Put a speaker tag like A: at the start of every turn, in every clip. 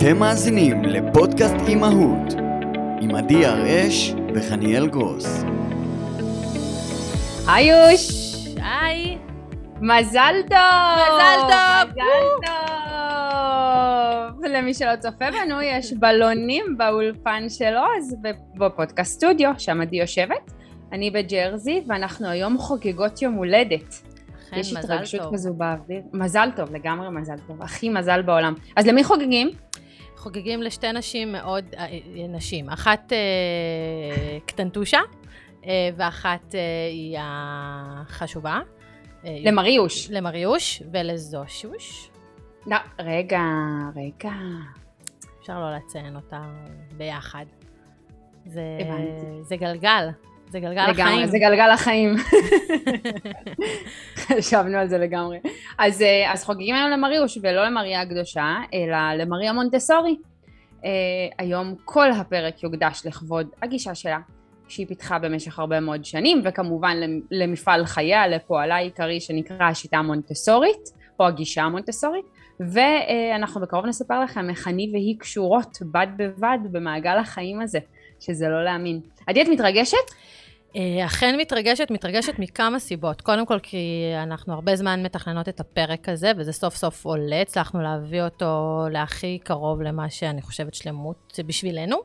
A: אתם מאזינים לפודקאסט אימהות עם עדי הראש וחניאל גרוס.
B: היוש!
C: היי!
B: מזל טוב!
C: מזל טוב!
B: מזל טוב! למי שלא צופה בנו, יש בלונים באולפן של עוז בפודקאסט סטודיו, שם עדי יושבת. אני בג'רזי, ואנחנו היום חוגגות יום הולדת.
C: אכן,
B: יש
C: מזל
B: התרגשות
C: טוב.
B: כזו באוויר. מזל טוב, לגמרי מזל טוב. הכי מזל בעולם. אז למי חוגגים?
C: חוגגים לשתי נשים מאוד, נשים. אחת קטנטושה, ואחת היא החשובה.
B: למריוש.
C: למריוש ולזושוש.
B: לא, רגע.
C: אפשר לא לציין אותה ביחד.
B: הבנתי.
C: זה גלגל. זה גלגל
B: לגמרי,
C: החיים.
B: זה גלגל החיים. חשבנו על זה לגמרי. אז חוגגים היום למריוש, ולא למריה הקדושה, אלא למריה מונטסורי. היום כל הפרק יוקדש לכבוד הגישה שלה, שהיא פיתחה במשך הרבה מאוד שנים, וכמובן למפעל חייה, לפועלה העיקרי שנקרא השיטה המונטסורית, או הגישה המונטסורית, ואנחנו בקרוב נספר לכם איך אני והיא קשורות בד בבד במעגל החיים הזה, שזה לא להאמין. עדי, את מתרגשת?
C: אכן מתרגשת מכמה סיבות. קודם כל כי אנחנו הרבה זמן מתכננות את הפרק הזה, וזה סוף סוף עולה, הצלחנו להביא אותו להכי קרוב למה שאני חושבת שלמות בשבילנו.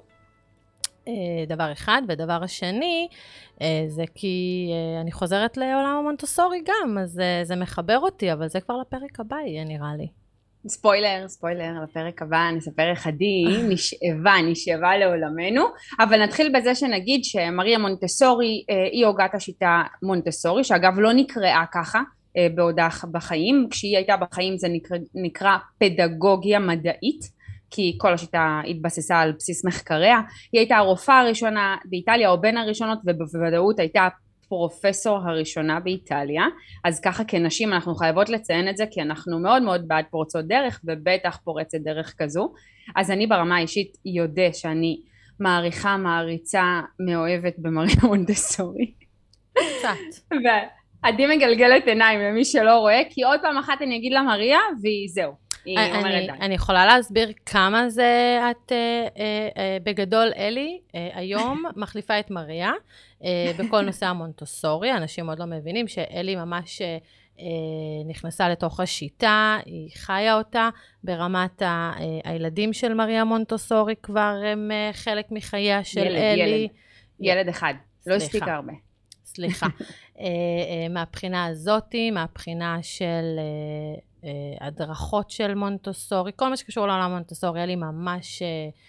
C: דבר אחד, ודבר השני, זה כי אני חוזרת לעולם המונטסורי גם, אז זה מחבר אותי, אבל זה כבר לפרק הבא יהיה נראה לי.
B: ספוילר, לפרק הבא נספר איך עדי נשאבה לעולמנו, אבל נתחיל בזה שנגיד שמריה מונטסורי היא הוגת השיטה מונטסורי, שאגב לא נקראה ככה בעודה בחיים, כשהיא הייתה בחיים זה נקרא פדגוגיה מדעית, כי כל השיטה התבססה על בסיס מחקריה. היא הייתה הרופאה הראשונה באיטליה, או בין הראשונות, ובוודאות הייתה פרופסור הראשונה באיטליה. אז ככה כנשים אנחנו חייבות לציין את זה, כי אנחנו מאוד מאוד בעד פורצות דרך, ובטח פורצת דרך כזו. אז אני ברמה האישית יודע שאני מעריצה, מאוהבת במריה מונטסורי.
C: קצת.
B: ועדי מגלגלת עיניים למי שלא רואה, כי עוד פעם אחת אני אגיד לה מריה, והיא זהו.
C: אני יכולה להסביר כמה זה את בגדול אלי היום מחליפה את מריה בכל נושא המונטסורי. אנשים עוד לא מבינים שאלי ממש נכנסה לתוך השיטה, היא חיה אותה ברמת הילדים של מריה מונטסורי, כבר הם חלק מחייה של אלי.
B: ילד אחד, לא הספיק הרבה.
C: סליחה. מהבחינה הזאת, מהבחינה של הדרכות של מונטסורי, כל מה שקשור לעולם מונטסורי, היה לי ממש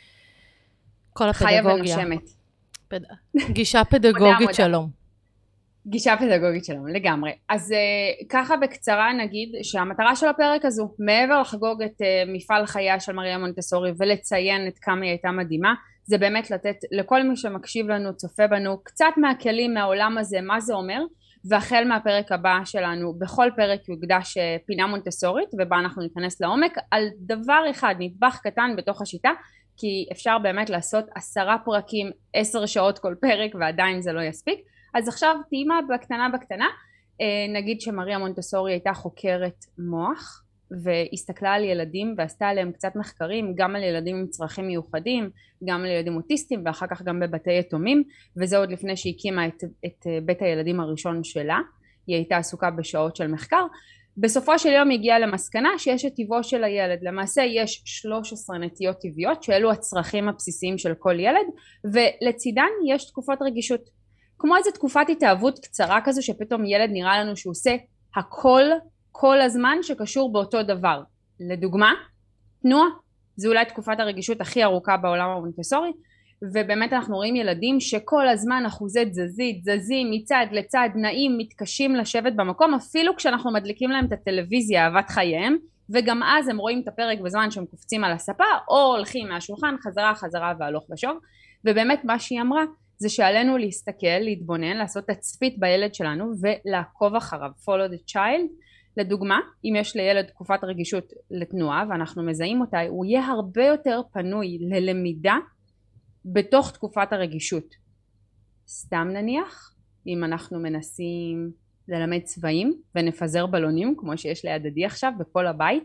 C: כל הפדגוגיה.
B: חיה ונושמת.
C: גישה פדגוגית שלום.
B: גישה פדגוגית שלום, לגמרי. אז ככה בקצרה נגיד שהמטרה של הפרק הזו, מעבר לחגוג את מפעל חייה של מריה מונטסורי ולציין את כמה היא הייתה מדהימה, זה באמת לתת לכל מי שמקשיב לנו, צופה בנו, קצת מהכלים מהעולם הזה, מה זה אומר, והחל מהפרק הבא שלנו, בכל פרק יוקדש פינה מונטסורית, ובה אנחנו ניכנס לעומק על דבר אחד, נדבך קטן בתוך השיטה, כי אפשר באמת לעשות 10 פרקים, 10 שעות כל פרק, ועדיין זה לא יספיק. אז עכשיו טעימה בקטנה, נגיד שמריה מונטסורי הייתה חוקרת מוח, והסתכלה על ילדים ועשתה עליהם קצת מחקרים, גם על ילדים עם צרכים מיוחדים, גם על ילדים אוטיסטים, ואחר כך גם בבתי יתומים, וזה עוד לפני שהיא הקימה את בית הילדים הראשון שלה. היא הייתה עסוקה בשעות של מחקר. בסופו של יום הגיעה למסקנה שיש את טבעו של הילד. למעשה יש 13 נטיות טבעיות, שאלו הצרכים הבסיסיים של כל ילד, ולצידן יש תקופות רגישות. כמו איזו תקופת התאהבות קצרה כזו, שפתאום ילד נראה לנו שהוא עושה הכל, כל הזמן שקשור באותו דבר. לדוגמה, תנועה, זו אולי תקופת הרגישות הכי ארוכה בעולם המונטסורי, ובאמת אנחנו רואים ילדים שכל הזמן אחוזי תזזית, זזים מצד לצד, נעים, מתקשים לשבת במקום, אפילו כשאנחנו מדליקים להם את הטלוויזיה, אהבת חייהם, וגם אז הם רואים את הפרק בזמן שהם קופצים על הספה, או הולכים מהשולחן, חזרה והלוך ושוב, ובאמת מה שהיא אמרה, זה שעלינו להסתכל, להתבונן, לעשות תצפית בילד שלנו, ולעקוב אחריו, follow the child. לדוגמה, אם יש לילד תקופת רגישות לתנועה, ואנחנו מזהים אותה, הוא יהיה הרבה יותר פנוי ללמידה, בתוך תקופת הרגישות. סתם נניח, אם אנחנו מנסים ללמד צבעים ונפזר בלונים, כמו שיש ליד עדי עכשיו בכל הבית,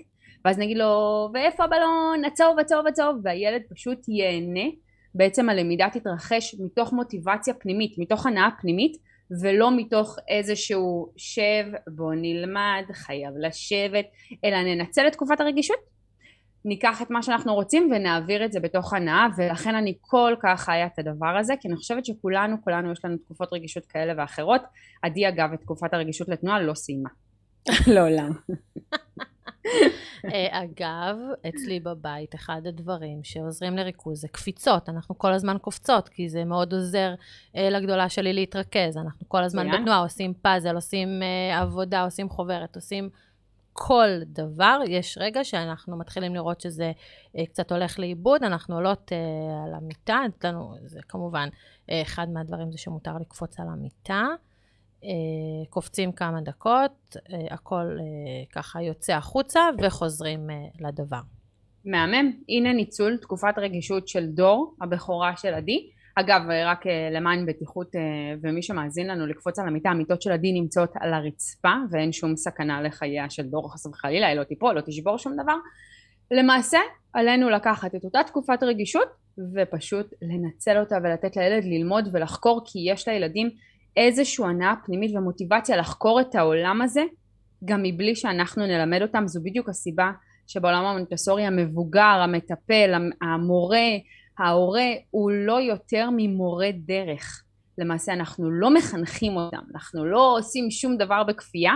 B: ואז נגיד לו, ואיפה הבלון? הצהוב, הצהוב, הצהוב, והילד פשוט ייהנה. בעצם הלמידה תתרחש מתוך מוטיבציה פנימית, מתוך הנאה פנימית, ולא מתוך איזשהו שב, בוא נלמד, חייב לשבת, אלא ננצל את תקופת הרגישות, ניקח את מה שאנחנו רוצים ונעביר את זה בתוך הנאה, ולכן אני כל כך חיה את הדבר הזה, כי אני חושבת שכולנו יש לנו תקופות רגישות כאלה ואחרות. עדי אגב את תקופת הרגישות לתנועה לא סיימה. לעולם.
C: אגב, אצלי בבית, אחד הדברים שעוזרים לריכוז זה קפיצות. אנחנו כל הזמן קופצות, כי זה מאוד עוזר לגדולה שלי להתרכז. אנחנו כל הזמן בתנועה, עושים פאזל, עושים עבודה, עושים חוברת, עושים כל דבר. יש רגע שאנחנו מתחילים לראות שזה קצת הולך לאיבוד, אנחנו עולות על המיטה, זה כמובן אחד מהדברים זה שמותר לקפוץ על המיטה, קופצים כמה דקות, הכל ככה יוצא החוצה וחוזרים לדבר.
B: מהמם, הנה ניצול תקופת רגישות של דור, הבכורה של עדי. אגב, רק למען בטיחות ומי שמאזין לנו לקפוץ על המיטה, המיטות של עדי נמצאות על הרצפה ואין שום סכנה לחייה של דור חס וחלילה, היא לא תיפול, לא תשבור שום דבר. למעשה, עלינו לקחת את אותה תקופת רגישות ופשוט לנצל אותה ולתת לילד ללמוד ולחקור, כי יש לילדים איזושהי הנאה פנימית ומוטיבציה לחקור את העולם הזה, גם מבלי שאנחנו נלמד אותם. זו בדיוק הסיבה שבעולם המונטסורי המבוגר, המטפל, המורה, ההורה הוא לא יותר ממורה דרך. למעשה אנחנו לא מחנכים אותם, אנחנו לא עושים שום דבר בכפייה,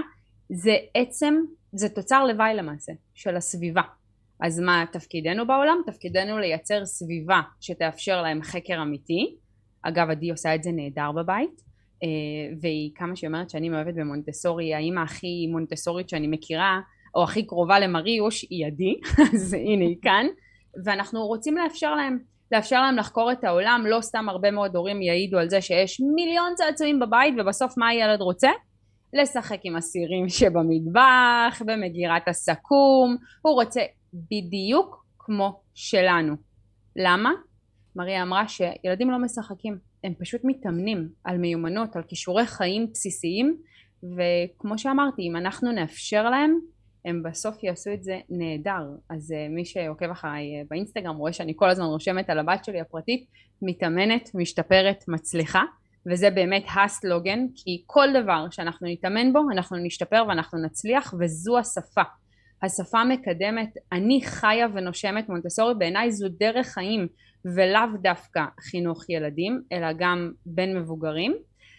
B: זה תוצר לוואי למעשה של הסביבה. אז מה תפקידנו בעולם? תפקידנו לייצר סביבה שתאפשר להם חקר אמיתי. אגב, עדי עושה את זה נהדר בבית, והיא כמה שהיא אומרת שאני מאוהבת במונטסורי, האמא הכי מונטסורית שאני מכירה, או הכי קרובה למריוש, היא עדי, אז הנה היא כאן, ואנחנו רוצים לאפשר להם לחקור את העולם. לא סתם הרבה מאוד הורים יעידו על זה שיש מיליון צעצועים בבית, ובסוף מה הילד רוצה? לשחק עם הסירים שבמטבח, במגירת הסכו"ם, הוא רוצה בדיוק כמו שלנו. למה? מריה אמרה שילדים לא משחקים, הם פשוט מתאמנים על מיומנות, על כישורי חיים בסיסיים, וכמו שאמרתי, אם אנחנו נאפשר להם, הם בסוף יעשו את זה נהדר. אז מי שעוקב אחריי באינסטגרם רואה שאני כל הזמן רושמת על הבת שלי הפרטית, מתאמנת, משתפרת, מצליחה, וזה באמת הסלוגן, כי כל דבר שאנחנו נתאמן בו, אנחנו נשתפר ואנחנו נצליח, וזו השפה. השפה מקדמת, אני חיה ונושמת מונטסורי, בעיניי זו דרך חיים, ולאו דווקא חינוך ילדים, אלא גם בין מבוגרים.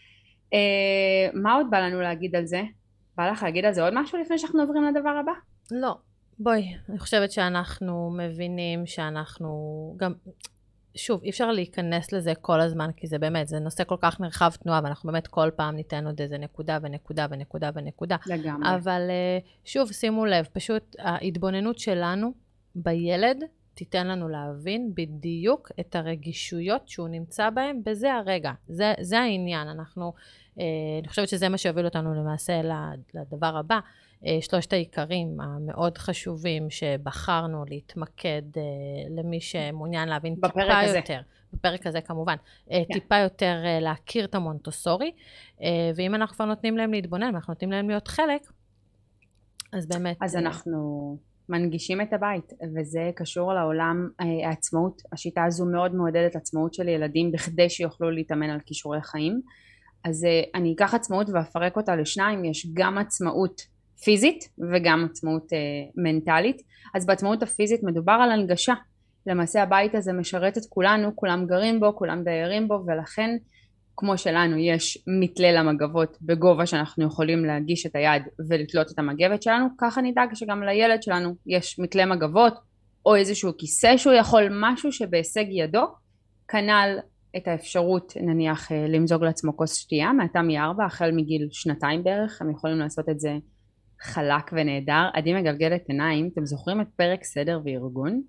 B: מה עוד בא לנו להגיד על זה? בא לך להגיד על זה עוד משהו לפני שאנחנו עוברים לדבר הבא?
C: לא, בואי, אני חושבת שאנחנו מבינים שאנחנו גם, שוב, אי אפשר להיכנס לזה כל הזמן, כי זה באמת, זה נושא כל כך נרחב תנועה, ואנחנו באמת כל פעם ניתן עוד איזה נקודה ונקודה ונקודה ונקודה.
B: לגמרי.
C: אבל שוב, שימו לב, פשוט ההתבוננות שלנו בילד, תיתן לנו להבין בדיוק את הרגישויות שהוא נמצא בהם בזה הרגע. זה העניין. אני חושבת שזה מה שהוביל אותנו למעשה לדבר הבא. שלושת העיקרים המאוד חשובים שבחרנו להתמקד למי שמעוניין להבין טיפה יותר. בפרק הזה כמובן. טיפה יותר להכיר את המונטסורי. ואם אנחנו כבר נותנים להם להתבונן, אנחנו נותנים להם להיות חלק, אז באמת...
B: אז אנחנו מנגישים את הבית, וזה קשור לעולם העצמאות. השיטה הזו מאוד מעודדת עצמאות של ילדים, בכדי שיוכלו להתאמן על כישורי חיים. אז אני אקח עצמאות ואפרק אותה לשניים. יש גם עצמאות פיזית וגם עצמאות מנטלית. אז בעצמאות הפיזית מדובר על הנגשה. למעשה הבית הזה משרת את כולנו, כולם גרים בו, כולם דיירים בו, ולכן כמו שלנו יש מתלה למגבות בגובה שאנחנו יכולים להגיש את היד ולתלות את המגבת שלנו, ככה נדאג שגם לילד שלנו יש מתלה מגבות, או איזשהו כיסא שהוא יכול, משהו שבהישג ידו, כנ"ל את האפשרות נניח למזוג לעצמו כוס שתייה, מעתה מ4, החל מגיל 2 בערך, הם יכולים לעשות את זה חלק ונהדר. עדי מגלגלת עיניים, אתם זוכרים את פרק סדר וארגון?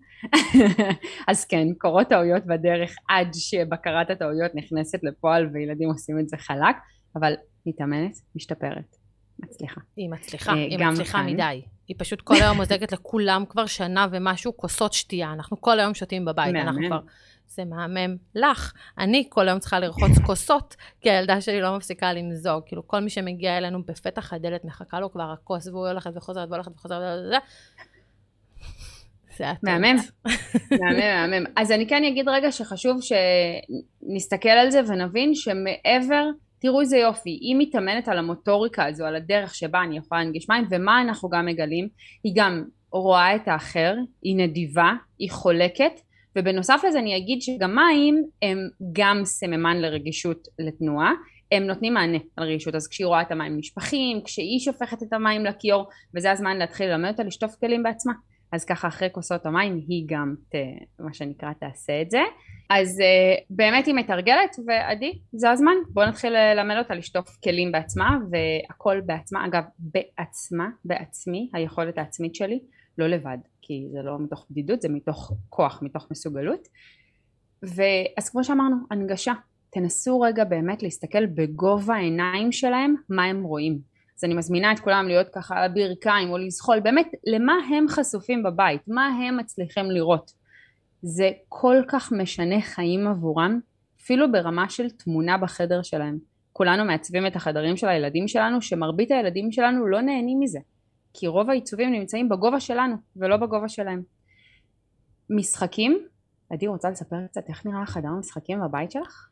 B: אז כן, קורות טעויות בדרך עד שבקרת הטעויות נכנסת לפועל וילדים עושים את זה חלק, אבל מתאמנת, משתפרת, מצליחה.
C: היא מצליחה מדי. היא פשוט כל היום מוזגת לכולם כבר שנה ומשהו כוסות שתייה. אנחנו כל היום שותים בבית, אנחנו כבר... זה מהמם לך. אני כל היום צריכה לרחוץ כוסות, כי הילדה שלי לא מפסיקה למזוג. כאילו כל מי שמגיע אלינו בפתח הדלת מחכה לו כבר הכוס, והוא הולכת וחוזרת והולכת וחוזרת. זה היה טעות.
B: מהמם, מהמם. אז אני כן אגיד רגע שחשוב שנסתכל על זה ונבין שמעבר, תראו איזה יופי, היא מתאמנת על המוטוריקה הזו, על הדרך שבה אני יכולה להנגיש מים, ומה אנחנו גם מגלים? היא גם רואה את האחר, היא נדיבה, היא חולקת, ובנוסף לזה אני אגיד שגם מים הם גם סממן לרגישות לתנועה, הם נותנים מענה על רגישות, אז כשהיא רואה את המים נשפכים, כשהיא שופכת את המים לכיור, וזה הזמן להתחיל ללמד אותה לשטוף כלים בעצמה, אז ככה אחרי כוסות המים היא גם מה שנקרא תעשה את זה. אז באמת היא מתרגלת, ועדי זה הזמן, בוא נתחיל ללמד אותה לשטוף כלים בעצמה, והכל בעצמה, אגב בעצמי, היכולת העצמית שלי, לא לבד, כי זה לא מתוך בדידות, זה מתוך כוח, מתוך מסוגלות. ואז כמו שאמרנו, הנגשה, תנסו רגע באמת להסתכל בגובה העיניים שלהם מה הם רואים. אז אני מזמינה את כולם להיות ככה על הברכיים או לזחול, באמת למה הם חשופים בבית, מה הם מצליחים לראות. זה כל כך משנה חיים עבורם, אפילו ברמה של תמונה בחדר שלהם. כולנו מעצבים את החדרים של הילדים שלנו, שמרבית הילדים שלנו לא נהנים מזה, כי רוב העיצובים נמצאים בגובה שלנו ולא בגובה שלהם. משחקים, עדי רוצה לספר קצת איך נראה חדר המשחקים בבית שלך?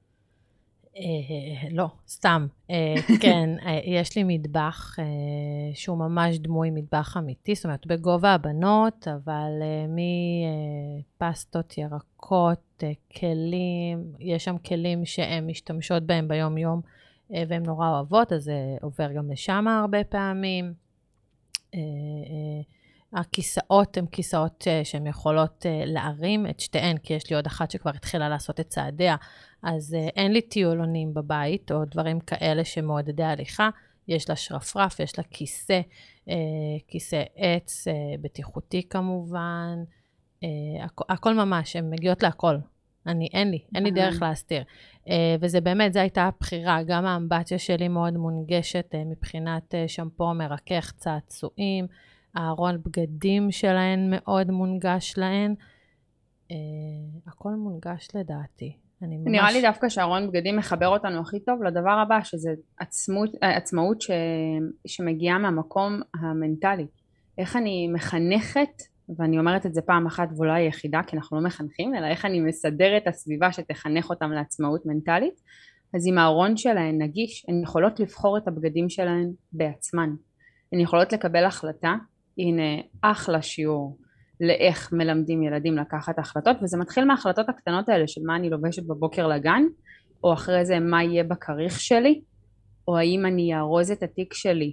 C: לא, סתם. כן, יש לי מטבח שהוא ממש דמוי מטבח אמיתי, זאת אומרת בגובה הבנות, אבל מפסטות, ירקות, כלים, יש שם כלים שהן משתמשות בהם ביום יום, והן נורא אוהבות, אז זה עובר גם לשם הרבה פעמים. הכיסאות הן כיסאות שהן יכולות להרים את שתיהן, כי יש לי עוד אחת שכבר התחילה לעשות את צעדיה, אז אין לי טיולונים בבית, או דברים כאלה שמעודדי הליכה, יש לה שרפרף, יש לה כיסא עץ, בטיחותי כמובן, הכל ממש, הן מגיעות להכל, אין לי דרך להסתיר, וזה באמת, זו הייתה הבחירה, גם האמבטיה שלי מאוד מונגשת, מבחינת שמפו מרכך צעצועים, הארון בגדים שלהן מאוד מונגש להן, הכל מונגש לדעתי.
B: נראה לי דווקא שהארון בגדים מחבר אותנו הכי טוב לדבר הבא, שזה עצמאות שמגיעה מהמקום המנטלי. איך אני מחנכת, ואני אומרת את זה פעם אחת ואולי יחידה, כי אנחנו לא מחנכים, אלא איך אני מסדר את הסביבה שתחנך אותם לעצמאות מנטלית. אז אם הארון שלהן נגיש, הן יכולות לבחור את הבגדים שלהן בעצמן. הן יכולות לקבל החלטה, הנה אחלה שיעור לאיך מלמדים ילדים לקחת החלטות, וזה מתחיל מההחלטות הקטנות האלה של מה אני לובשת בבוקר לגן, או אחרי זה מה יהיה בכריך שלי, או האם אני ארוז את התיק שלי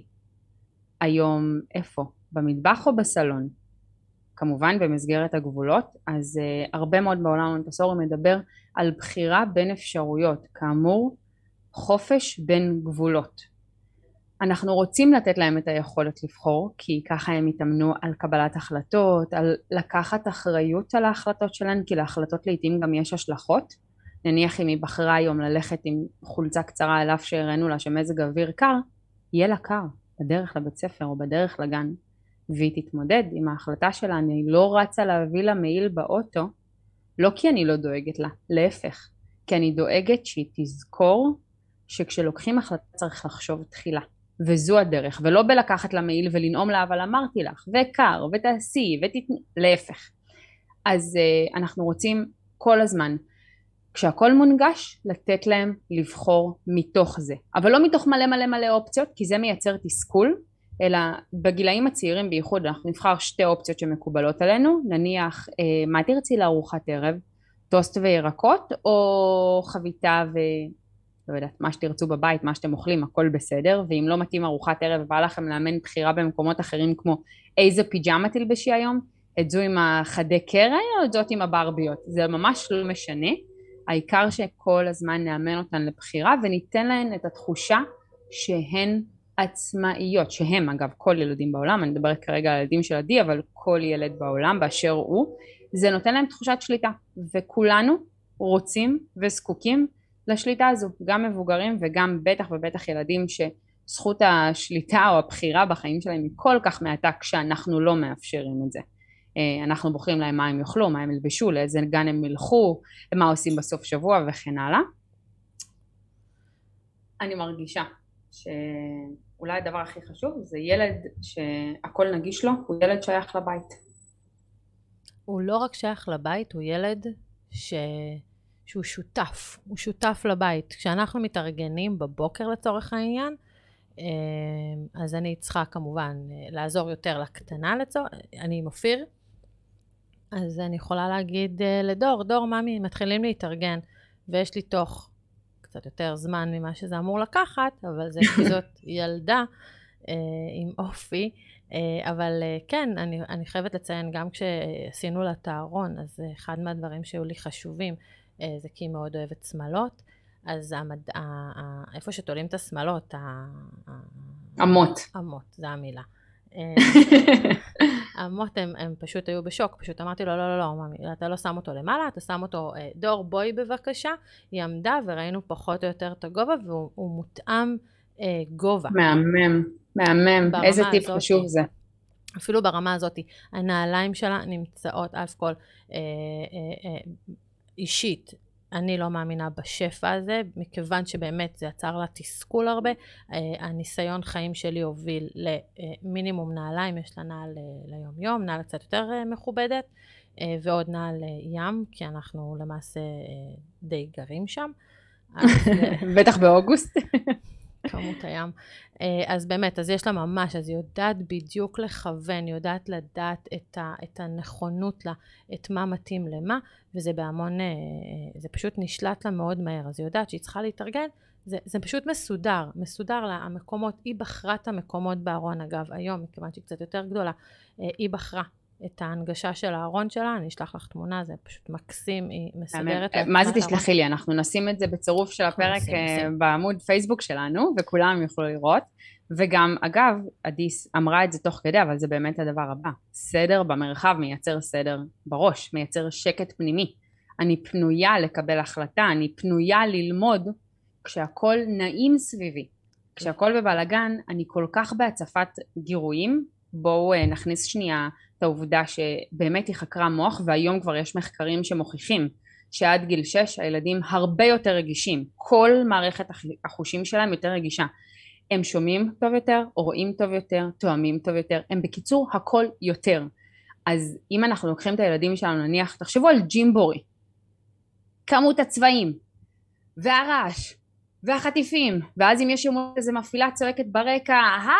B: היום איפה, במטבח או בסלון, כמובן במסגרת הגבולות. אז הרבה מאוד בעולם המונטסורי מדבר על בחירה בין אפשרויות, כאמור חופש בין גבולות. אנחנו רוצים לתת להם את היכולת לבחור, כי ככה הם יתאמנו על קבלת החלטות, על לקחת אחריות על ההחלטות שלהם, כי להחלטות לעתים גם יש השלכות. נניח אם היא בחרה היום ללכת עם חולצה קצרה על אף שהראינו לה שמזג אוויר קר, יהיה לה קר בדרך לבית ספר או בדרך לגן, והיא תתמודד עם ההחלטה שלה. אני לא רצה להביא לה מעיל באוטו, לא כי אני לא דואגת לה, להפך, כי אני דואגת שהיא תזכור שכשלוקחים החלטה צריך לחשוב תחילה. וזו הדרך, ולא בלקחת למעיל ולנאום לה, אבל אמרתי לך, וקר, ותעשי, להפך. אז אנחנו רוצים כל הזמן, כשהכל מונגש, לתת להם לבחור מתוך זה. אבל לא מתוך מלא מלא מלא אופציות, כי זה מייצר תסכול, אלא בגילאים הצעירים בייחוד, אנחנו נבחר שתי אופציות שמקובלות עלינו, נניח, מה תרצי לארוחת ערב? טוסט וירקות, או חביתה לא יודעת, מה שתרצו בבית, מה שאתם אוכלים, הכל בסדר, ואם לא מתאים ארוחת ערב ובא לכם לאמן בחירה במקומות אחרים, כמו איזה פיג'מה תלבשי היום, את זו עם החדי קרע או את זאת עם הברביות, זה ממש לא משנה, העיקר שכל הזמן נאמן אותן לבחירה, וניתן להן את התחושה שהן עצמאיות, שהם אגב כל ילדים בעולם, אני מדברת כרגע על ילדים של עדי, אבל כל ילד בעולם באשר הוא, זה נותן להם תחושת שליטה, וכולנו רוצים וזקוקים לשליטה הזו, גם מבוגרים וגם בטח ובטח ילדים שזכות השליטה או הבחירה בחיים שלהם היא כל כך מעטה כשאנחנו לא מאפשרים את זה. אנחנו בוחרים להם מה הם יאכלו, מה הם ילבשו, לאיזה גן הם ילכו, מה עושים בסוף שבוע וכן הלאה. אני מרגישה שאולי הדבר הכי חשוב זה ילד שהכל נגיש לו, הוא ילד שייך לבית.
C: הוא לא רק שייך לבית, הוא ילד שהוא שותף, הוא שותף לבית. כשאנחנו מתארגנים בבוקר לצורך העניין, אז אני צריכה כמובן לעזור יותר לקטנה אני עם אופיר, אז אני יכולה להגיד לדור, ממי, מתחילים להתארגן, ויש לי תוך קצת יותר זמן ממה שזה אמור לקחת, אבל זה כזאת ילדה עם אופי, אבל כן, אני חייבת לציין, גם כשעשינו לה את הארון, אז אחד מהדברים שהיו לי חשובים, זה כי היא מאוד אוהבת שמלות, אז איפה שתולים את השמלות,
B: אמות.
C: אמות, זה המילה. אמות הם פשוט היו בשוק, פשוט אמרתי לו, לא, ממי, אתה לא שם אותו למעלה, אתה שם אותו, דור בואי בבקשה, היא עמדה וראינו פחות או יותר את הגובה, והוא מותאם גובה.
B: מהמם, איזה טיפ חשוב זה.
C: אפילו ברמה הזאת, הנעליים שלה נמצאות, אלף כל אישית, אני לא מאמינה בשפע הזה, מכיוון שבאמת זה יצר לה תסכול הרבה. הניסיון חיים שלי הוביל למינימום נעליים, יש לה נעל ליום יום, נעל קצת יותר מכובדת, ועוד נעל ים, כי אנחנו למעשה די גרים שם.
B: בטח באוגוסט.
C: כמות הים. אז באמת, אז יש לה ממש, אז היא יודעת בדיוק לכוון, היא יודעת לדעת את הנכונות לה, את מה מתאים למה, וזה בהמון, זה פשוט נשלט לה מאוד מהר, אז היא יודעת שהיא צריכה להתארגן, זה פשוט מסודר לה, המקומות, היא בחרה את המקומות בארון, אגב, היום, מכיוון שהיא קצת יותר גדולה, היא בחרה את ההנגשה של הארון שלה, אני אשלח לך תמונה, זה פשוט מקסים, היא מסדרת.
B: מה זה תשלחי לי? אנחנו נשים את זה בצירוף של הפרק בעמוד פייסבוק שלנו, וכולם יוכלו לראות, וגם, אגב, עדיס אמרה את זה תוך כדי, אבל זה באמת הדבר הבא, סדר במרחב מייצר סדר בראש, מייצר שקט פנימי, אני פנויה לקבל החלטה, אני פנויה ללמוד, כשהכל נעים סביבי, כשהכל בבלגן, אני כל כך בהצפת גירויים, בואו נכניס שנייה את העובדה שבאמת היא חקרה מוח, והיום כבר יש מחקרים שמוכיחים שעד גיל 6 הילדים הרבה יותר רגישים, כל מערכת החושים שלהם יותר רגישה, הם שומעים טוב יותר, רואים טוב יותר, תואמים טוב יותר, הם בקיצור הכל יותר. אז אם אנחנו לוקחים את הילדים שלנו, נניח, תחשבו על ג'ימבורי, כמות הצבעים והרעש והחטיפים, ואז אם יש איזה מפעילה צועקת ברקע,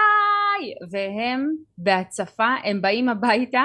B: והם בהצפה, הם באים הביתה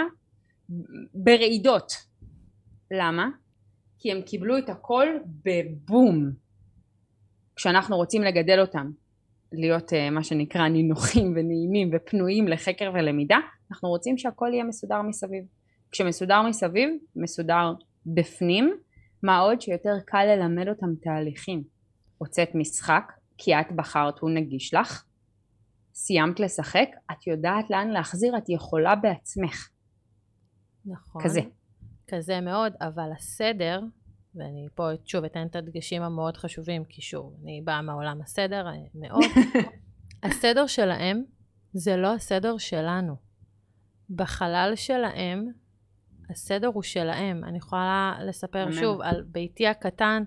B: ברעידות. למה? כי הם קיבלו את הכל בבום. כשאנחנו רוצים לגדל אותם, להיות מה שנקרא נינוחים ונעימים ופנויים לחקר ולמידה, אנחנו רוצים שהכל יהיה מסודר מסביב. כשמסודר מסביב, מסודר בפנים, מה עוד שיותר קל ללמד אותם תהליכים. הוצאת משחק, כי את בחרת, הוא נגיש לך, סיימת לשחק, את יודעת לאן להחזיר, את יכולה בעצמך.
C: נכון.
B: כזה.
C: כזה מאוד, אבל הסדר, ואני פה שוב אתן את הדגשים המאוד חשובים, כי שוב, אני באה מעולם הסדר מאוד, הסדר שלהם זה לא הסדר שלנו. בחלל שלהם, הסדר הוא שלהם. אני יכולה לספר שוב על ביתי הקטן,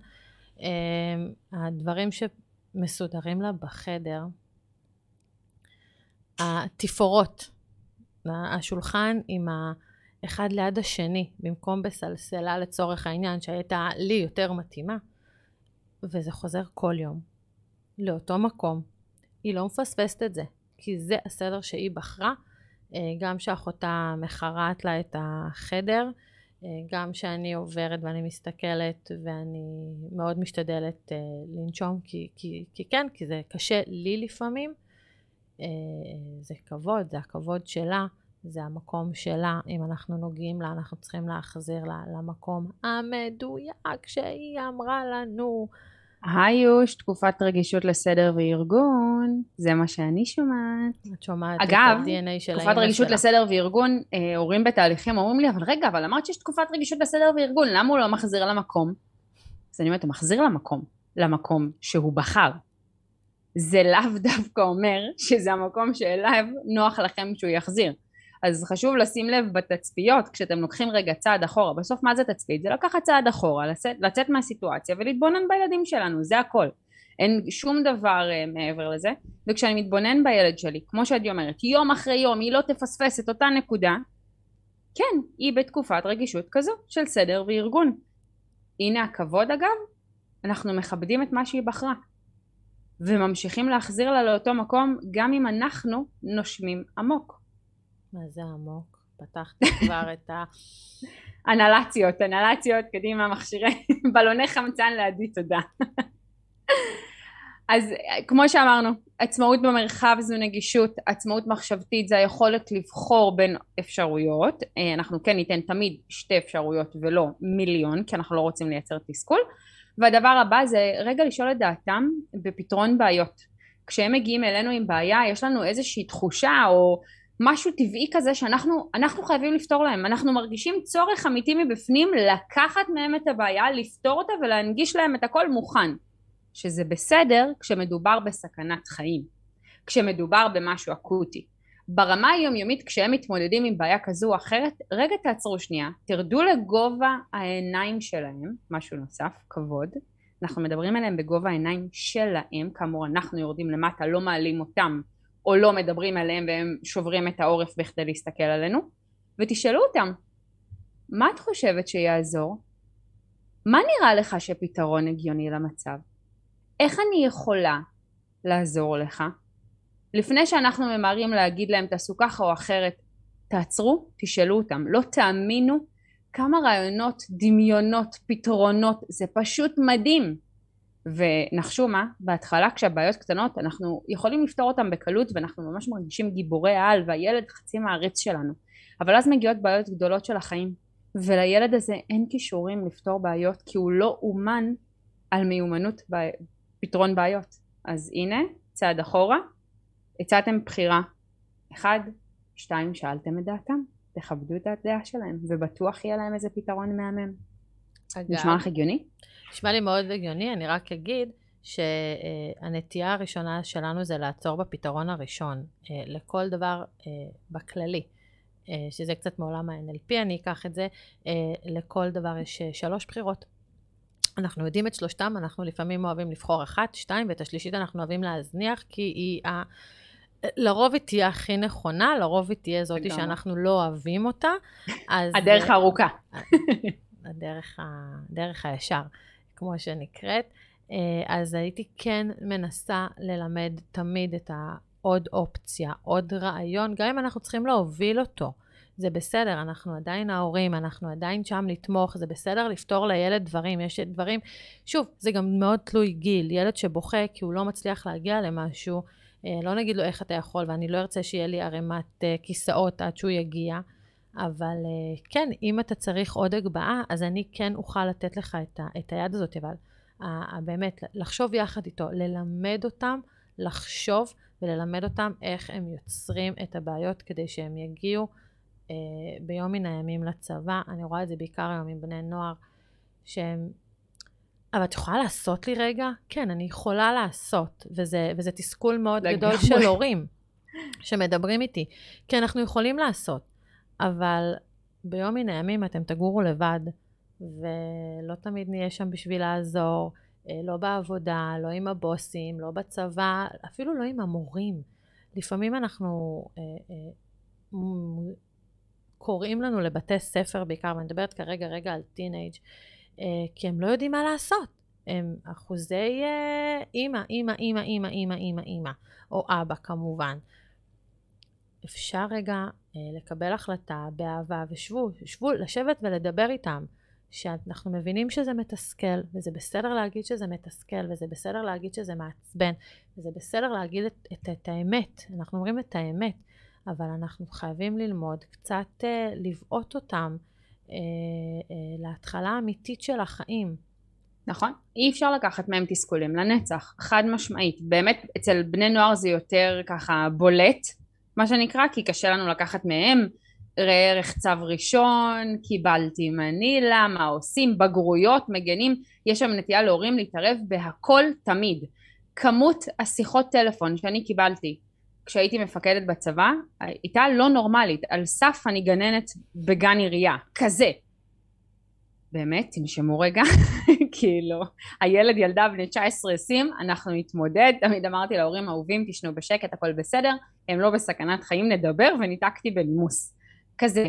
C: הדברים שמסודרים לה בחדר, התפאורות, השולחן עם האחד ליד השני, במקום בסלסלה לצורך העניין, שהייתה לי יותר מתאימה, וזה חוזר כל יום, לאותו מקום. היא לא מפספסת את זה, כי זה הסדר שהיא בחרה, גם שאחותה מחרת לה את החדר, גם שאני עוברת ואני מסתכלת, ואני מאוד משתדלת לנשום, כי כן, כי זה קשה לי לפעמים, זה כבוד, זה הכבוד שלה, זה המקום שלה, אם אנחנו נוגעים לה, אנחנו צריכים להחזיר לה למקום המדויק שהיא אמרה לנו.
B: היוש, תקופת רגישות לסדר וארגון, זה מה שאני שומעת.
C: את שומעת
B: אגב,
C: את ה-DNA של
B: תקופת רגישות לסדר וארגון, הורים בתהליכים אומרים לי, אבל רגע, אבל אמרת שיש תקופת רגישות לסדר וארגון, למה הוא לא מחזיר למקום? אז אני אומרת, הוא מחזיר למקום שהוא בחר. זה לאו דווקא אומר שזה המקום שאליו נוח לכם שהוא יחזיר. אז חשוב לשים לב בתצפיות, כשאתם לוקחים רגע צעד אחורה, בסוף מה זה תצפית? זה לקחת צעד אחורה, לצאת מהסיטואציה ולהתבונן בילדים שלנו, זה הכל. אין שום דבר מעבר לזה, וכשאני מתבונן בילד שלי, כמו שעדי אומרת, יום אחרי יום, היא לא תפספס את אותה נקודה, כן, היא בתקופת רגישות כזו של סדר וארגון. הנה הכבוד אגב, אנחנו מכבדים את מה שהיא בחרה. וממשיכים להחזיר לה לאותו מקום גם אם אנחנו נושמים עמוק.
C: מה זה עמוק? פתחתי כבר את
B: אנלציות, קדימה מכשירי, בלוני חמצן לעדי תודה. אז כמו שאמרנו, עצמאות במרחב זו נגישות, עצמאות מחשבתית זה היכולת לבחור בין אפשרויות, אנחנו כן ניתן תמיד 2 אפשרויות ולא מיליון, כי אנחנו לא רוצים לייצר תסכול, והדבר הבא זה רגע לשאול את דעתם בפתרון בעיות. כשהם מגיעים אלינו עם בעיה, יש לנו איזושהי תחושה או משהו טבעי כזה שאנחנו חייבים לפתור להם, אנחנו מרגישים צורך אמיתי מבפנים לקחת מהם את הבעיה, לפתור אותה ולהנגיש להם את הכל מוכן. שזה בסדר כשמדובר בסכנת חיים, כשמדובר במשהו אקוטי. ברמה היומיומית כשהם מתמודדים עם בעיה כזו או אחרת, רגע תעצרו שנייה, תרדו לגובה העיניים שלהם, משהו נוסף, כבוד, אנחנו מדברים עליהם בגובה העיניים שלהם, כאמור אנחנו יורדים למטה, לא מעלים אותם, או לא מדברים עליהם והם שוברים את העורף בכדי להסתכל עלינו, ותשאלו אותם, מה את חושבת שיעזור? מה נראה לך שפתרון הגיוני למצב? איך אני יכולה לעזור לך? לפני שאנחנו ממהרים להגיד להם תעשו ככה או אחרת, תעצרו, תשאלו אותם. לא תאמינו כמה רעיונות, דמיונות, פתרונות, זה פשוט מדהים. ונחשו מה? בהתחלה כשהבעיות קטנות אנחנו יכולים לפתור אותם בקלות ואנחנו ממש מרגישים גיבורי העל והילד חצי מעריץ שלנו. אבל אז מגיעות בעיות גדולות של החיים. ולילד הזה אין כישורים לפתור בעיות כי הוא לא אומן על מיומנות פתרון בעיות. אז הנה, צעד אחורה, הצעתם בחירה. 1, 2, שאלתם את דעתם, תכבדו את הדעה שלהם, ובטוח יהיה להם איזה פתרון מהמם. נשמע לך הגיוני?
C: נשמע לי מאוד הגיוני, אני רק אגיד שהנטייה הראשונה שלנו זה לעצור בפתרון הראשון, לכל דבר בכללי, שזה קצת מעולם ה-NLP, אני אקח את זה, לכל דבר יש 3 בחירות. אנחנו יודעים את 3, אנחנו לפעמים אוהבים לבחור 1, 2, ואת השלישית אנחנו אוהבים להזניח, כי היא לרוב היא תהיה הכי נכונה, לרוב היא תהיה זאת שאנחנו לא אוהבים אותה.
B: הדרך הארוכה.
C: הדרך הישר, כמו שנקראת. אז הייתי כן מנסה ללמד תמיד את העוד אופציה, עוד רעיון, גם אם אנחנו צריכים להוביל אותו. זה בסדר, אנחנו עדיין ההורים, אנחנו עדיין שם לתמוך, זה בסדר לפתור לילד דברים, יש דברים, שוב, זה גם מאוד תלוי גיל, ילד שבוכה כי הוא לא מצליח להגיע למשהו, לא נגיד לו איך אתה יכול, ואני לא ארצה שיהיה לי ערימת כיסאות עד שהוא יגיע, אבל כן, אם אתה צריך עוד הגבהה, אז אני כן אוכל לתת לך את היד הזאת, אבל באמת, לחשוב יחד איתו, ללמד אותם, לחשוב וללמד אותם איך הם יוצרים את הבעיות כדי שהם יגיעו ביום מן הימים לצבא. אני רואה את זה בעיקר היום עם בני נוער, שהם, אבל את יכולה לעשות לי רגע? כן, אני יכולה לעשות, וזה תסכול מאוד גדול של הורים שמדברים איתי, כי אנחנו יכולים לעשות, אבל ביום מן הימים אתם תגורו לבד, ולא תמיד נהיה שם בשביל לעזור, לא בעבודה, לא עם הבוסים, לא בצבא, אפילו לא עם המורים. לפעמים אנחנו קוראים לנו לבתי ספר בעיקר, ואני מדברת כרגע על טינאג', כי הם לא יודעים מה לעשות. הם אחוזי אמא, או אבא כמובן. אפשר רגע לקבל החלטה באהבה, ושבו לשבת ולדבר איתם, שאנחנו מבינים שזה מתסכל, וזה בסדר להגיד שזה מתסכל, וזה בסדר להגיד שזה מעצבן, וזה בסדר להגיד את האמת. אנחנו אומרים את האמת, אבל אנחנו חייבים ללמוד קצת לבעוט אותם להתחלה האמיתית של החיים.
B: נכון? אי אפשר לקחת מהם תסכולים לנצח, חד משמעית. באמת אצל בני נוער זה יותר ככה בולט, מה שנקרא, כי קשה לנו לקחת מהם ראה ערך צו ראשון, קיבלתי מנילה, מה עושים, בגרויות, מגנים, יש שם נטייה להורים להתערב בהכל תמיד. כמות השיחות טלפון שאני קיבלתי כשהייתי מפקדת בצבא, הייתה לא נורמלית, על סף אני גננת בגן עירייה, כזה. באמת, תנשמו רגע, כאילו, הילד ילדה בני 19-20, אנחנו נתמודד, תמיד אמרתי להורים אהובים, תשנו בשקט, הכל בסדר, הם לא בסכנת חיים, נדבר, וניתקתי בנימוס. כזה.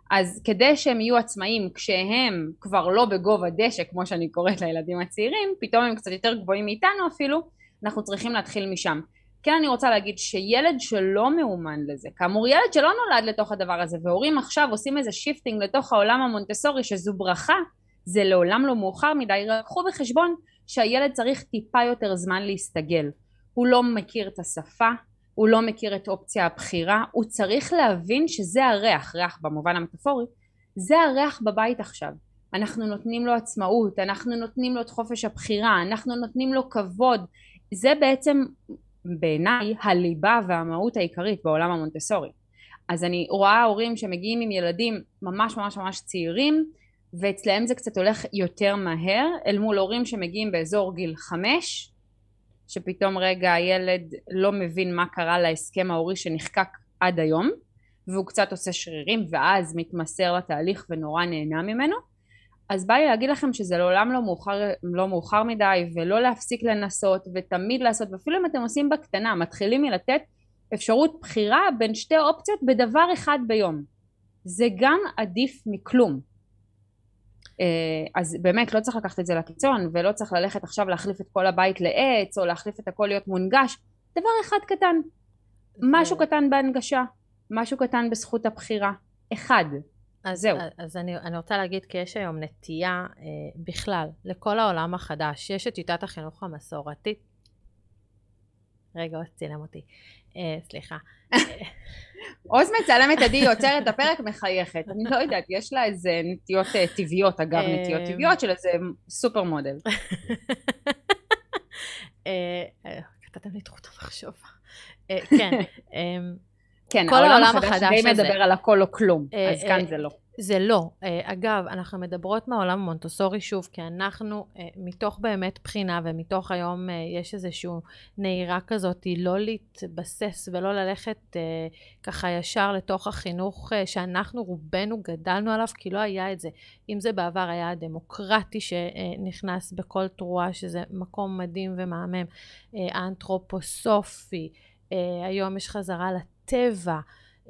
B: אז כדי שהם יהיו עצמאים כשהם כבר לא בגובה דשא, כמו שאני קוראת לילדים הצעירים, פתאום הם קצת יותר גבוהים מאיתנו אפילו, אנחנו צריכים להתחיל משם. כן, אני רוצה להגיד שילד שלא מאומן לזה, כאמור ילד שלא נולד לתוך הדבר הזה, והורים עכשיו עושים איזה שיפטינג לתוך העולם המונטסורי שזו ברכה, זה לעולם לא מאוחר מדי. קחו בחשבון שהילד צריך טיפה יותר זמן להסתגל. הוא לא מכיר את השפה, הוא לא מכיר את אופציה הבחירה, הוא צריך להבין שזה הריח, ריח במובן המטאפורי, זה הריח בבית עכשיו. אנחנו נותנים לו עצמאות, אנחנו נותנים לו את חופש הבחירה, אנחנו נותנים לו כבוד. זה בעצם בעיניי הליבה והמהות העיקרית בעולם המונטסורי. אז אני רואה הורים שמגיעים עם ילדים ממש ממש ממש צעירים, ואצלהם זה קצת הולך יותר מהר, אל מול הורים שמגיעים באזור גיל 5, שפתאום רגע הילד לא מבין מה קרה להסכם ההורי שנחקק עד היום, והוא קצת עושה שרירים ואז מתמסר לתהליך ונורא נהנה ממנו. אז בא לי להגיד לכם שזה לעולם לא מאוחר מדי, ולא להפסיק לנסות ותמיד לעשות, ואפילו אם אתם עושים בקטנה, מתחילים מלתת אפשרות בחירה בין שתי אופציות בדבר אחד ביום. זה גם עדיף מכלום. אז באמת לא צריך לקחת את זה לקיצון, ולא צריך ללכת עכשיו להחליף את כל הבית לעץ, או להחליף את הכל להיות מונגש. דבר אחד קטן, משהו קטן בהנגשה, משהו קטן בזכות הבחירה, אחד. זהו.
C: אז אני רוצה להגיד, כי יש היום נטייה בכלל לכל העולם החדש, יש את שיטת החינוך המסורתית. רגע, צילם אותי. סליחה.
B: עוז מצלמת עדי, יוצרת את הפרק, מחייכת. אני לא יודעת, יש לה איזה נטיות טבעיות, אגב, נטיות טבעיות של איזה סופר מודל.
C: קטעתם לי תחוט המחשבה. כן.
B: כן, העולם החדש די מדבר על הכל או כלום, אז כאן זה לא.
C: זה לא. אגב, אנחנו מדברות מהעולם המונטסורי שוב, כי אנחנו מתוך באמת בחינה, ומתוך היום יש איזשהו נהירה כזאת, לא להתבסס ולא ללכת ככה ישר לתוך החינוך שאנחנו רובנו גדלנו עליו, כי לא היה את זה. אם זה בעבר היה הדמוקרטי שנכנס בכל תרועה, שזה מקום מדהים ומהמם, האנתרופוסופי, היום יש חזרה לטבע,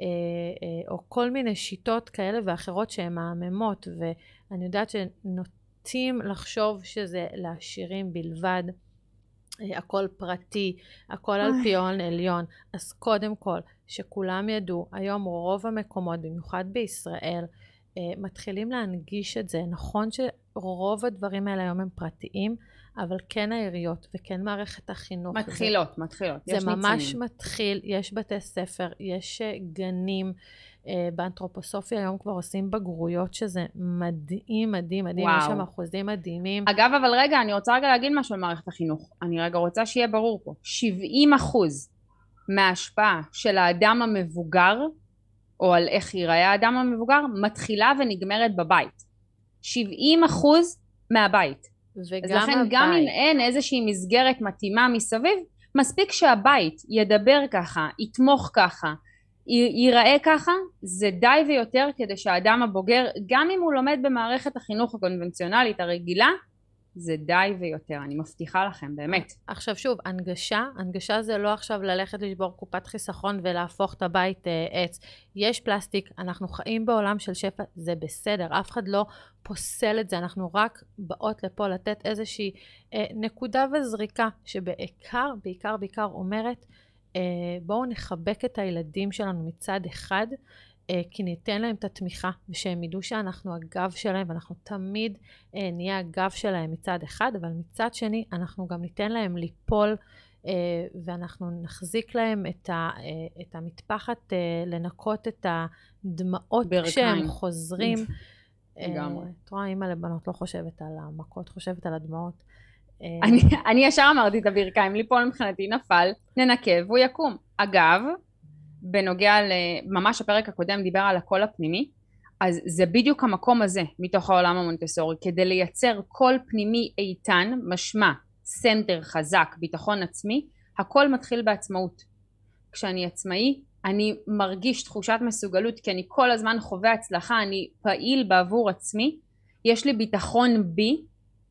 C: או כל מיני שיטות כאלה ואחרות שהן מהממות, ואני יודעת שנוטים לחשוב שזה לעשירים בלבד, הכל פרטי, הכל על פיון עליון. אז קודם כל, שכולם ידעו, היום רוב המקומות, במיוחד בישראל, מתחילים להנגיש את זה. נכון שרוב הדברים האלה היום הם פרטיים, אבל כן העיריות וכן מערכת החינוך.
B: מתחילות.
C: זה ממש מתחיל, יש בתי ספר, יש גנים, באנתרופוסופיה היום כבר עושים בגרויות, שזה מדהים, יש שם אחוזים מדהימים.
B: אגב, אבל רגע, אני רוצה רגע להגיד משהו על מערכת החינוך. אני רגע רוצה שיהיה ברור פה. 70% מההשפעה של האדם המבוגר, או על איך ייראה האדם המבוגר, מתחילה ונגמרת בבית. 70% מהבית. אז לכן גם אם אין איזושהי מסגרת מתאימה מסביב, מספיק שהבית ידבר ככה, יתמוך ככה, ייראה ככה, זה די ויותר כדי שהאדם הבוגר, גם אם הוא לומד במערכת החינוך הקונבנציונלית הרגילה, זה די ויותר, אני מבטיחה לכם, באמת.
C: עכשיו שוב, הנגשה זה לא עכשיו ללכת לשבור קופת חיסכון ולהפוך את הבית עץ. יש פלסטיק, אנחנו חיים בעולם של שפע, זה בסדר, אף אחד לא פוסל את זה, אנחנו רק באות לפה לתת איזושהי נקודה וזריקה, שבעיקר, בעיקר אומרת, בואו נחבק את הילדים שלנו מצד אחד, כי ניתן להם את התמיכה, ושהם ידעו שאנחנו הגב שלהם, ואנחנו תמיד נהיה הגב שלהם מצד אחד, אבל מצד שני אנחנו גם ניתן להם ליפול, ואנחנו נחזיק להם את המטפחת, לנקות את הדמעות כשהם חוזרים. את רואה, אמא לבנות לא חושבת על המכות, חושבת על הדמעות.
B: אני ישר אמרתי את הברכיים, ליפול מבחינתי נפל, ננקה והוא יקום. אגב, בנוגע לממש הפרק הקודם דיבר על הקול הפנימי, אז זה בדיוק המקום הזה מתוך העולם המונטסורי, כדי לייצר קול פנימי איתן, משמע סנטר חזק, ביטחון עצמי, הכל מתחיל בעצמאות. כשאני עצמאי, אני מרגיש תחושת מסוגלות, כי אני כל הזמן חווה הצלחה, אני פעיל בעבור עצמי, יש לי ביטחון בי,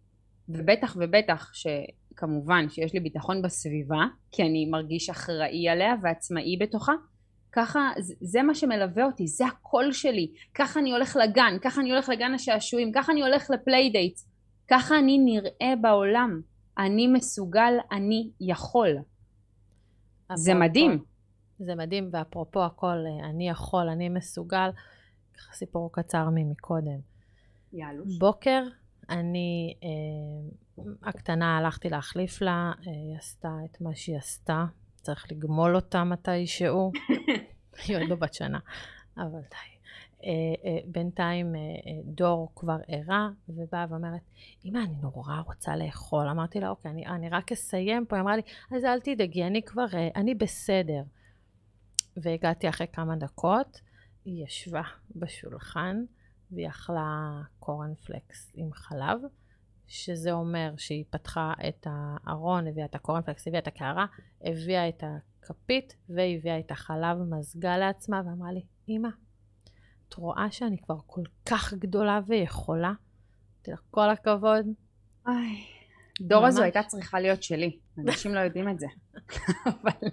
B: ובטח שכמובן שיש לי ביטחון בסביבה, כי אני מרגיש אחראי עליה ועצמאי בתוכה, ככה, זה מה שמלווה אותי, זה הקול שלי, ככה אני הולך לגן, ככה אני הולך לגן השעשועים, ככה אני הולך לפליידייט, ככה אני נראה בעולם, אני מסוגל, אני יכול. זה מדהים.
C: זה מדהים, ואפרופו הכל, אני יכול, אני מסוגל, ככה סיפור קצר ממקודם.
B: יאלוש.
C: בוקר, אני, הקטנה הלכתי להחליף לה, היא עשתה את מה שהיא עשתה, צריך לגמול אותה מתישהו, היא עוד לא בת שנה, אבל די. בינתיים דור כבר ערה, ובאה ואומרת, אמא, אני נורא רוצה לאכול. אמרתי לה, אוקיי, אני רק אסיים פה. היא אמרה לי, אז אל תדאגי, אני בסדר. והגעתי אחרי כמה דקות, היא ישבה בשולחן, והיא אכלה קורנפלקס עם חלב, שזה אומר שהיא פתחה את הארון, הביאה את הקורנפלקס, הביאה את הקערה, הביאה את הכפית, והביאה את החלב, מזגה לעצמה, ואמרה לי, אמא, את רואה שאני כבר כל כך גדולה ויכולה? כל הכבוד.
B: דור הזו הייתה צריכה להיות שלי. אנשים לא יודעים את זה. אבל...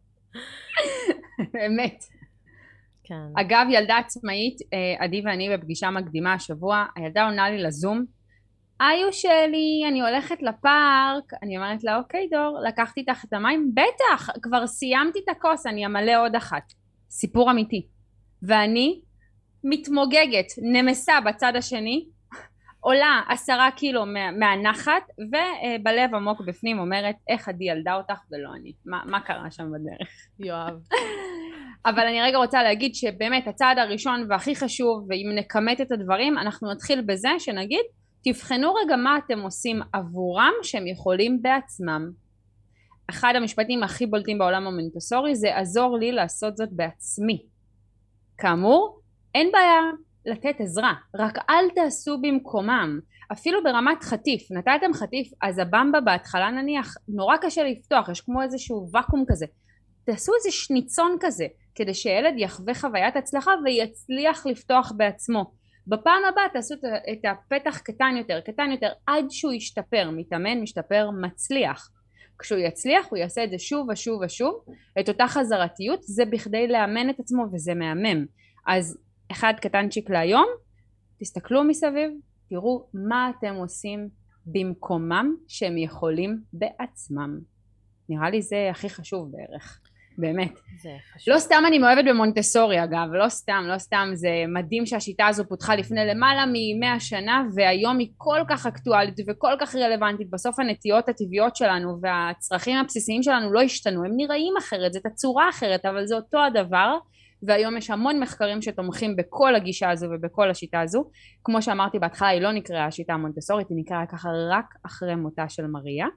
B: באמת.
C: כן.
B: אגב, ילדה עצמאית, עדי ואני בפגישה מקדימה השבוע, הילדה עונה לי לזום, איו שלי, אני הולכת לפארק, אני אומרת לה, אוקיי דור, לקחתי איתך את המים, בטח, כבר סיימתי את הכוס, אני אמלא עוד אחת. סיפור אמיתי. ואני מתמוגגת, נמסה בצד השני, עולה 10 קילו מהנחת, ובלב עמוק בפנים אומרת, איך עדי ילדה אותך ולא אני. מה קרה שם בדרך?
C: יואב.
B: אבל אני רגע רוצה להגיד שבאמת הצעד הראשון והכי חשוב, ואם נכמת את הדברים, אנחנו נתחיל בזה שנגיד, תבחנו רגע מה אתם עושים עבורם שהם יכולים בעצמם. אחד המשפטים הכי בולטים בעולם המונטסורי זה עזור לי לעשות זאת בעצמי. כאמור, אין בעיה לתת עזרה, רק אל תעשו במקומם. אפילו ברמת חטיף, נתתם חטיף, אז הבמבה בהתחלה נניח נורא קשה לפתוח, יש כמו איזשהו וקום כזה. תעשו איזה שניצון כזה, כדי שילד יחווה חוויית הצלחה ויצליח לפתוח בעצמו. בפעם הבאה תעשו את הפתח קטן יותר, עד שהוא ישתפר, מתאמן, משתפר, מצליח. כשהוא יצליח, הוא יעשה את זה שוב ושוב ושוב, את אותה חזרתיות, זה בכדי לאמן את עצמו וזה מהמם. אז אחד קטנצ'יק להיום, תסתכלו מסביב, תראו מה אתם עושים במקומם שהם יכולים בעצמם. נראה לי זה הכי חשוב בערך. באמת.
C: זה חשוב.
B: לא סתם אני מאוהבת במונטסורי אגב, לא סתם, זה מדהים שהשיטה הזו פותחה לפני למעלה מ100 שנה, והיום היא כל כך אקטואלית וכל כך רלוונטית, בסוף הנטיות הטבעיות שלנו והצרכים הבסיסיים שלנו לא השתנו, הם נראים אחרת, זה תצורה אחרת, אבל זה אותו הדבר, והיום יש המון מחקרים שתומכים בכל הגישה הזו ובכל השיטה הזו, כמו שאמרתי בהתחלה, היא לא נקראה השיטה המונטסורית, היא נקראה ככה רק אחרי מותה של מריה,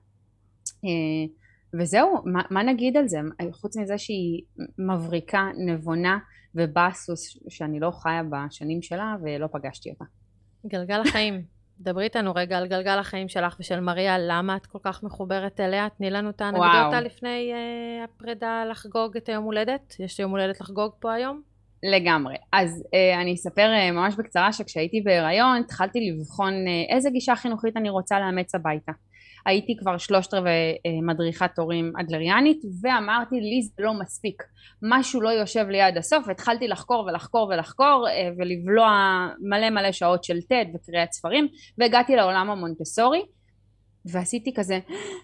B: וזהו, מה נגיד על זה? חוץ מזה שהיא מבריקה, נבונה ובאסוס שאני לא חיה בשנים שלה ולא פגשתי אותה.
C: גלגל החיים. דברי איתנו רגע על גלגל החיים שלך ושל מריה, למה את כל כך מחוברת אליה? תני לנו את האנקדוטה לפני הפרידה לחגוג את היום הולדת. יש יום הולדת לחגוג פה היום?
B: לגמרי. אז אני אספר ממש בקצרה שכשהייתי בהיריון התחלתי לבחון איזה גישה חינוכית אני רוצה לאמץ הביתה. הייתי כבר 3/4 מדריכת הורים אדלריאנית, ואמרתי לי זה לא מספיק, משהו לא יושב לי עד הסוף, התחלתי לחקור ולבלוע מלא שעות של TED וקריאת ספרים, והגעתי לעולם המונטסורי, ועשיתי כזה,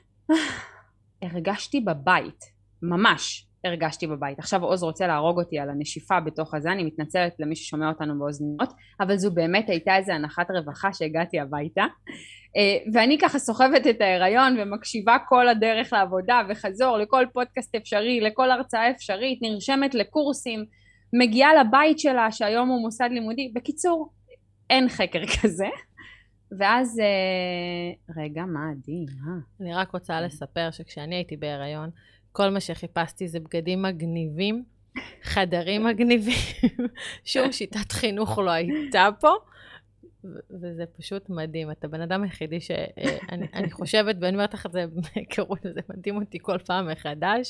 B: הרגשתי בבית, ממש הרגשתי בבית. עכשיו עוז רוצה להרוג אותי על הנשיפה בתוך הזה, אני מתנצלת למי ששומע אותנו באוזניות, אבל זו באמת הייתה איזו הנחת רווחה שהגעתי הביתה, ואני ככה סוחבת את ההיריון ומקשיבה כל הדרך לעבודה וחזור לכל פודקאסט אפשרי, לכל הרצאה אפשרית, נרשמת לקורסים, מגיעה לבית שלה שהיום הוא מוסד לימודי, בקיצור אין חקר כזה. ואז רגע מה עדי?
C: אני רק רוצה לספר שכשאני הייתי בהיריון כל מה שחיפשתי זה בגדים מגניבים, חדרים מגניבים, שום שיטת חינוך לא הייתה פה, וזה פשוט מדהים. אתה בן אדם היחידי שאני חושבת, ואני אומרת לך את זה בהיכרות, זה מדהים אותי כל פעם מחדש,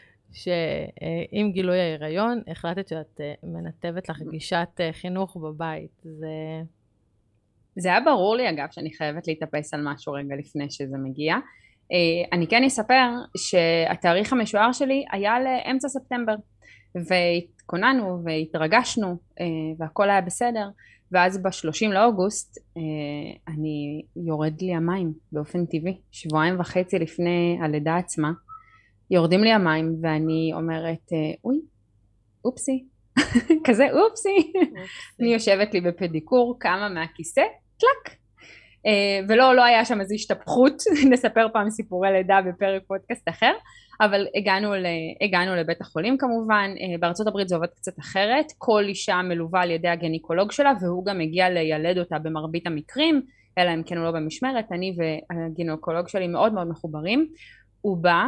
C: שעם גילוי ההיריון, החלטת שאת מנתבת לך גישת חינוך בבית.
B: זה היה ברור לי אגב, שאני חייבת להתאפס על משהו רגע לפני שזה מגיע. אני כן אספר שהתאריך המשוער שלי היה לאמצע ספטמבר, והתכוננו והתרגשנו והכל היה בסדר, ואז ב-30 לאוגוסט אני יורד לי המים באופן טבעי, 2.5 שבועות לפני הלידה עצמה, יורדים לי המים ואני אומרת אוי, אופסי, כזה אופסי, אני יושבת לי בפדיקור, קמה מהכיסא, טלק, ולא היה שם איזו השתפכות, נספר פעם סיפורי לידה בפרק פודקאסט אחר, אבל הגענו לבית החולים כמובן, בארצות הברית זה עובד קצת אחרת, כל אישה מלווה על ידי הגניקולוג שלה, והוא גם הגיע לילד אותה במרבית המקרים, אלא אם כן הוא לא במשמרת, אני והגניקולוג שלי מאוד מאוד מחוברים, הוא בא,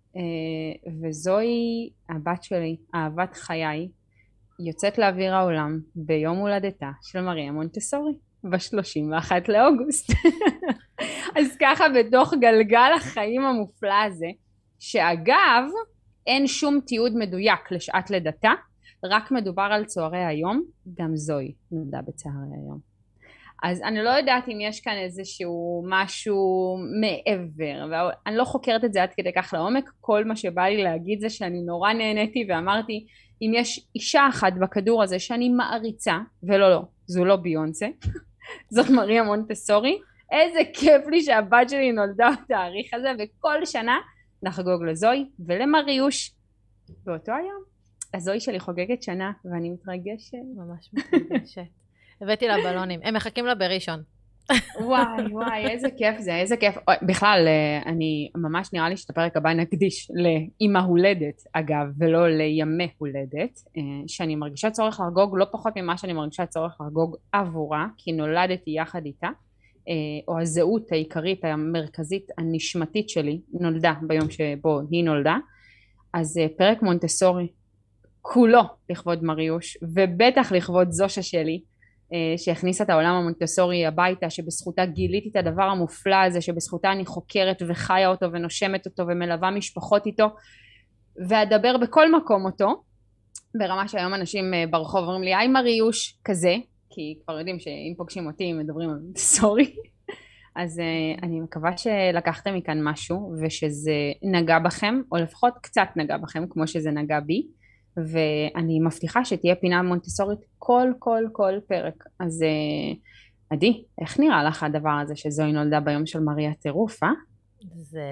B: וזוהי הבת שלי, אהבת חיי, יוצאת לאוויר העולם ביום הולדתה של מריה מונטסורי. ב-31 לאוגוסט. אז ככה בתוך גלגל החיים המופלא הזה, שאגב, אין שום תיעוד מדויק לשעת לידתה, רק מדובר על צהרי היום, גם זוהי נולדה בצהרי היום. אז אני לא יודעת אם יש כאן איזשהו משהו מעבר, ואני לא חוקרת את זה עד כדי כך לעומק, כל מה שבא לי להגיד זה שאני נורא נהניתי ואמרתי, אם יש אישה אחת בכדור הזה שאני מעריצה, ולא, זו לא ביונסה, זאת מריה מונטסורי, איזה כיף לי שהבת שלי נולדה בתאריך הזה, וכל שנה נחגוג לזוהי ולמריוש באותו היום. הזוהי שלי חוגגת שנה, ואני מתרגשת.
C: ממש מתרגשת. הבאתי לה בלונים, הם מחכים לה בראשון.
B: וואי, איזה כיף זה, איזה כיף. בכלל, אני ממש נראה לי שאת הפרק הבא נקדיש לאמא הולדת, אגב, ולא לימי הולדת, שאני מרגישה צורך לחגוג לא פחות ממה שאני מרגישה צורך לחגוג עבורה, כי נולדתי יחד איתה, או הזהות העיקרית, המרכזית, הנשמתית שלי, נולדה ביום שבו היא נולדה, אז פרק מונטסורי, כולו לכבוד מריוש, ובטח לכבוד זושה שלי, שהכניסה את העולם המונטסורי הביתה, שבזכותה גיליתי את הדבר המופלא הזה, שבזכותה אני חוקרת וחיה אותו ונושמת אותו ומלווה משפחות איתו, ואדבר בכל מקום אותו, ברמה שהיום אנשים ברחוב אומרים לי, היי מריוש, כזה, כי כבר יודעים שאם פוגשים אותי מדברים על מונטסורי, אז אני מקווה שלקחתם מכאן משהו, ושזה נגע בכם, או לפחות קצת נגע בכם, כמו שזה נגע בי, ואני מבטיחה שתהיה פינה מונטסורית כל פרק. אז עדי, איך נראה לך הדבר הזה שזוהי נולדה ביום של מריה טירוף,
C: זה...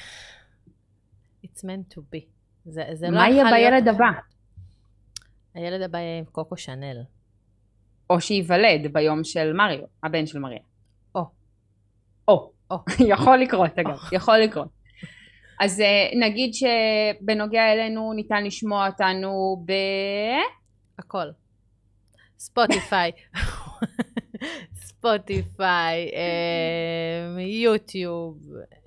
C: It's meant to be. זה
B: מה יהיה בילד הבא?
C: הילד הבא יהיה עם קוקו שנל.
B: או שייוולד ביום של מריו, הבן של מריה. או. יכול לקרות אגב, יכול לקרות. אז נגיד שבנוגע אלינו ניתן לשמוע אותנו
C: הכל. ספוטיפיי, יוטיוב,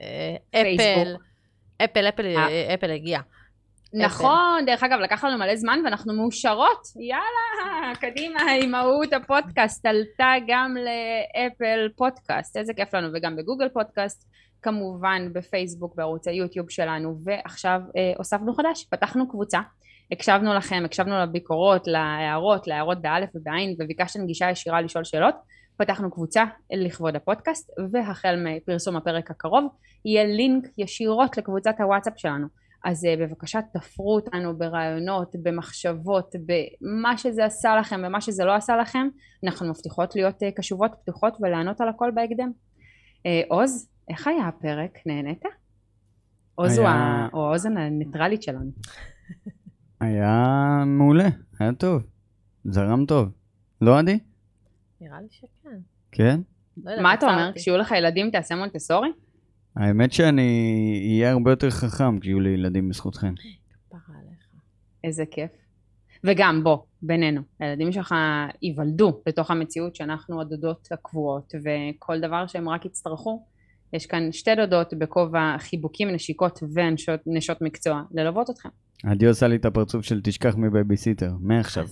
C: אפל הגיע.
B: נכון, דרך אגב לקח לנו מלא זמן ואנחנו מאושרות, יאללה, קדימה, אימהות הפודקאסט עלתה גם לאפל פודקאסט, איזה כיף לנו, וגם בגוגל פודקאסט, כמובן בפייסבוק, בערוץ היוטיוב שלנו, ועכשיו הוספנו חדש, פתחנו קבוצה, הקשבנו לכם, הקשבנו לביקורות, להערות באלף ובעין, וביקשתם גישה ישירה לשאול שאלות, פתחנו קבוצה לכבוד הפודקאסט, והחל מפרסום הפרק הקרוב, יהיה לינק ישירות לקבוצת הוואטסאפ שלנו, אז בבקשה תפרו אותנו ברעיונות, במחשבות, במה שזה עשה לכם ומה שזה לא עשה לכם, אנחנו מבטיחות להיות קשובות, פתוחות ולענות על הכל בהקדם. עוז, איך היה הפרק? נהנית? עוז הוא האוזן הניטרלית שלנו.
A: היה מעולה, היה טוב, זרם טוב. לא עדי?
C: נראה לי שכן.
A: כן?
B: מה אתה אומר? כשיהיו לך ילדים תעשה מונטסורי?
A: האמת שאני אהיה הרבה יותר חכם כשיהיו לי ילדים בזכותכם.
C: כפרה עליך.
B: איזה כיף. וגם בוא, בינינו, הילדים שלך ייוולדו לתוך המציאות שאנחנו הדודות הקבועות, וכל דבר שהם רק יצטרכו, יש כאן 2 דודות בכובע חיבוקים, נשיקות ונשות מקצוע ללוות אתכם.
A: עדי עושה לי את הפרצוף של תשכח מבייביסיטר, מעכשיו.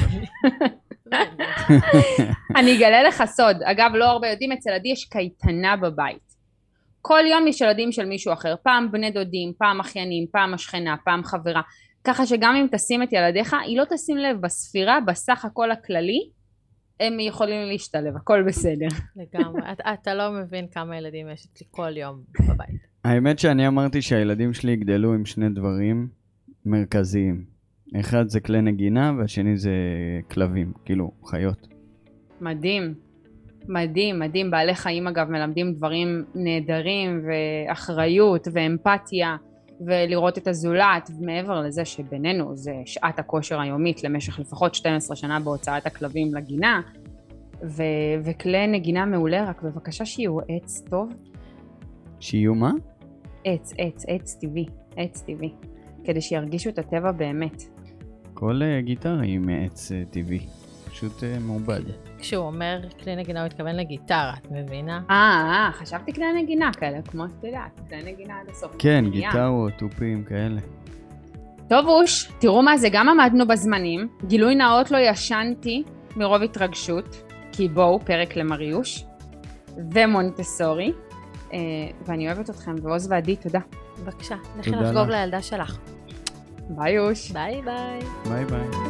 B: אני אגלה לך סוד, אגב לא הרבה יודעים, אצל עדי יש קייטנה בבית. כל יום יש ילדים של מישהו אחר, פעם בני דודים, פעם אחיינים, פעם השכנה, פעם חברה, ככה שגם אם תשים את ילדיך, היא לא תשים לב בספירה, בסך הכל הכללי, הם יכולים להשתלב, הכל בסדר.
C: לגמרי, אתה לא מבין כמה ילדים יש לי כל יום בבית.
A: האמת שאני אמרתי שהילדים שלי יגדלו עם 2 דברים מרכזיים. אחד זה כלי נגינה והשני זה כלבים, כאילו חיות.
B: מדהים, מדהים, מדהים. בעלי חיים אגב מלמדים דברים נהדרים ואחריות ואמפתיה ולראות את הזולת, ומעבר לזה שבינינו זה שעת הכושר היומית למשך לפחות 12 שנה בהוצאת הכלבים לגינה, וכלי נגינה מעולה, רק בבקשה שיהיו עץ טוב.
A: שיהיו מה?
B: עץ טבעי, עץ טבעי, כדי שירגישו את הטבע באמת.
A: כל גיטרה היא מעץ טבעי, פשוט מעובד.
C: כשהוא אומר כלי נגינה הוא מתכוון לגיטרה, את מבינה?
B: חשבתי כלי נגינה כאלה, כמו את יודעת, כלי נגינה עד הסוף.
A: כן, גיטרות, טופים כאלה.
B: טוב אוש, תראו מה זה, גם עמדנו בזמנים, גילוי נאות לא ישנתי מרוב התרגשות, כי בואו פרק למריוש ומונטסורי, ואני אוהבת אתכם, ועוז ועדי, תודה.
C: בבקשה, לכי לחגוג לילדה שלך.
B: ביי אוש.
C: ביי ביי.
A: ביי ביי.